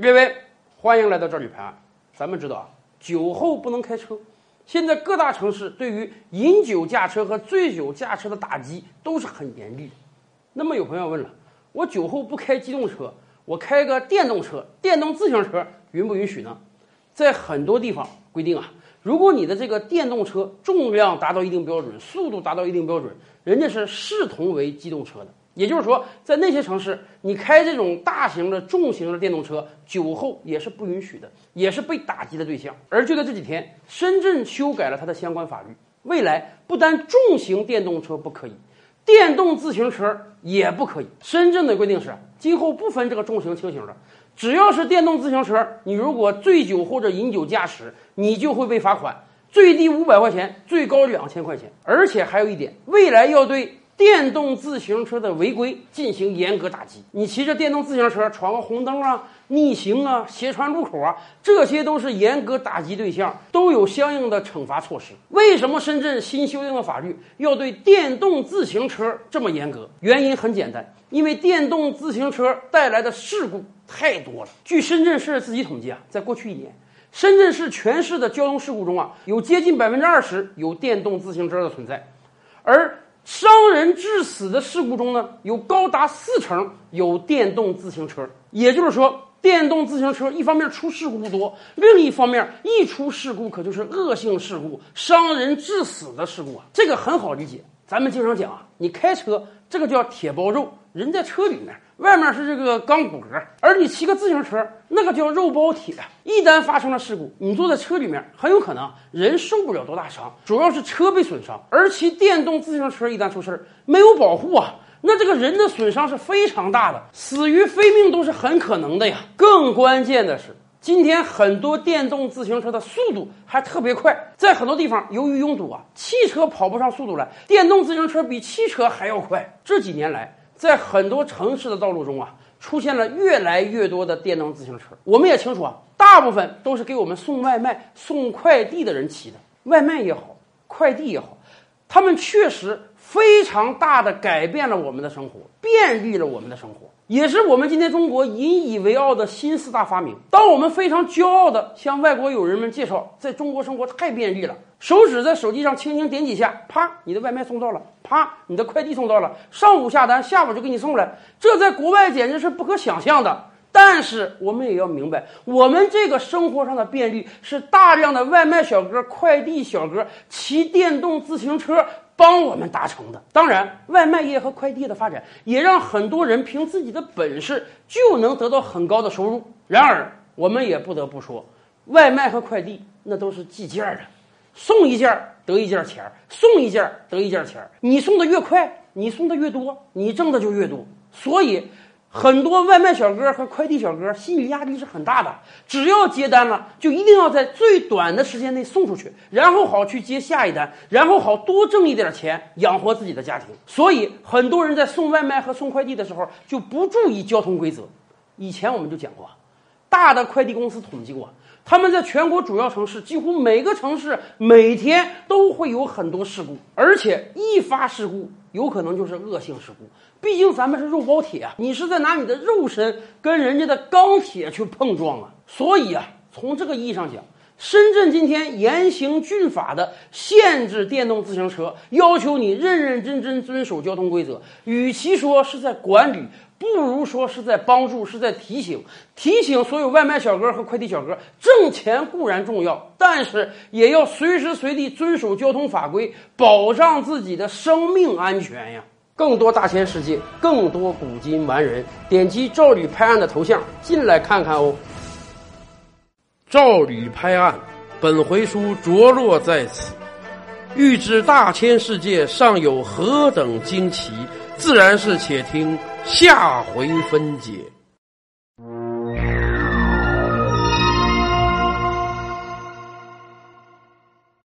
各位，欢迎来到这里拍案。咱们知道啊，酒后不能开车。现在各大城市对于饮酒驾车和醉酒驾车的打击都是很严厉的。那么有朋友问了，我酒后不开机动车，我开个电动车、电动自行车允不允许呢？在很多地方规定啊，如果你的这个电动车重量达到一定标准，速度达到一定标准，人家是视同为机动车的。也就是说，在那些城市，你开这种大型的、重型的电动车，酒后也是不允许的，也是被打击的对象。而就在这几天，深圳修改了它的相关法律，未来不单重型电动车不可以，电动自行车也不可以。深圳的规定是，今后不分这个重型轻型的，只要是电动自行车，你如果醉酒或者饮酒驾驶，你就会被罚款，最低500块钱，最高2000块钱。而且还有一点，未来要对电动自行车的违规进行严格打击。你骑着电动自行车闯个红灯啊、逆行啊、斜穿路口啊，这些都是严格打击对象，都有相应的惩罚措施。为什么深圳新修订的法律要对电动自行车这么严格？原因很简单，因为电动自行车带来的事故太多了。据深圳市自己统计啊，在过去1年，深圳市全市的交通事故中啊，有接近20%有电动自行车的存在，而伤人致死的事故中呢，有高达40%有电动自行车。也就是说，电动自行车一方面出事故不多，另一方面一出事故可就是恶性事故，伤人致死的事故啊。这个很好理解，咱们经常讲啊，你开车这个叫铁包肉，人在车里面，外面是这个钢骨骼，而你骑个自行车，那个叫肉包铁。一旦发生了事故，你坐在车里面，很有可能人受不了多大伤，主要是车被损伤。而骑电动自行车一旦出事儿，没有保护啊，那这个人的损伤是非常大的，死于非命都是很可能的呀。更关键的是，今天很多电动自行车的速度还特别快，在很多地方由于拥堵啊，汽车跑不上速度来，电动自行车比汽车还要快。这几年来，在很多城市的道路中啊，出现了越来越多的电动自行车。我们也清楚啊，大部分都是给我们送外卖、送快递的人骑的。外卖也好，快递也好，他们确实非常大的改变了我们的生活，便利了我们的生活，也是我们今天中国引以为傲的新4大发明。当我们非常骄傲地向外国友人们介绍，在中国生活太便利了，手指在手机上轻轻点几下，啪，你的外卖送到了，啪，你的快递送到了，上午下单，下午就给你送来，这在国外简直是不可想象的。但是我们也要明白，我们这个生活上的便利是大量的外卖小哥、快递小哥骑电动自行车帮我们达成的。当然，外卖业和快递业的发展也让很多人凭自己的本事就能得到很高的收入。然而，我们也不得不说，外卖和快递那都是计件的，送一件得一件钱，送一件得一件钱。你送的越快，你送的越多，你挣的就越多。所以很多外卖小哥和快递小哥心理压力是很大的，只要接单了，就一定要在最短的时间内送出去，然后好去接下一单，然后好多挣一点钱养活自己的家庭。所以很多人在送外卖和送快递的时候就不注意交通规则。以前我们就讲过，大的快递公司统计过，他们在全国主要城市几乎每个城市每天都会有很多事故，而且一发事故有可能就是恶性事故。毕竟咱们是肉包铁啊，你是在拿你的肉身跟人家的钢铁去碰撞啊。所以啊，从这个意义上讲，深圳今天严刑峻法的限制电动自行车，要求你认认真真遵守交通规则，与其说是在管理，不如说是在帮助，是在提醒所有外卖小哥和快递小哥，挣钱固然重要，但是也要随时随地遵守交通法规，保障自己的生命安全呀。更多大千世界，更多古今完人，点击赵吕拍案的头像进来看看哦。赵吕拍案，本回书着落在此。欲知大千世界尚有何等惊奇，自然是且听下回分解。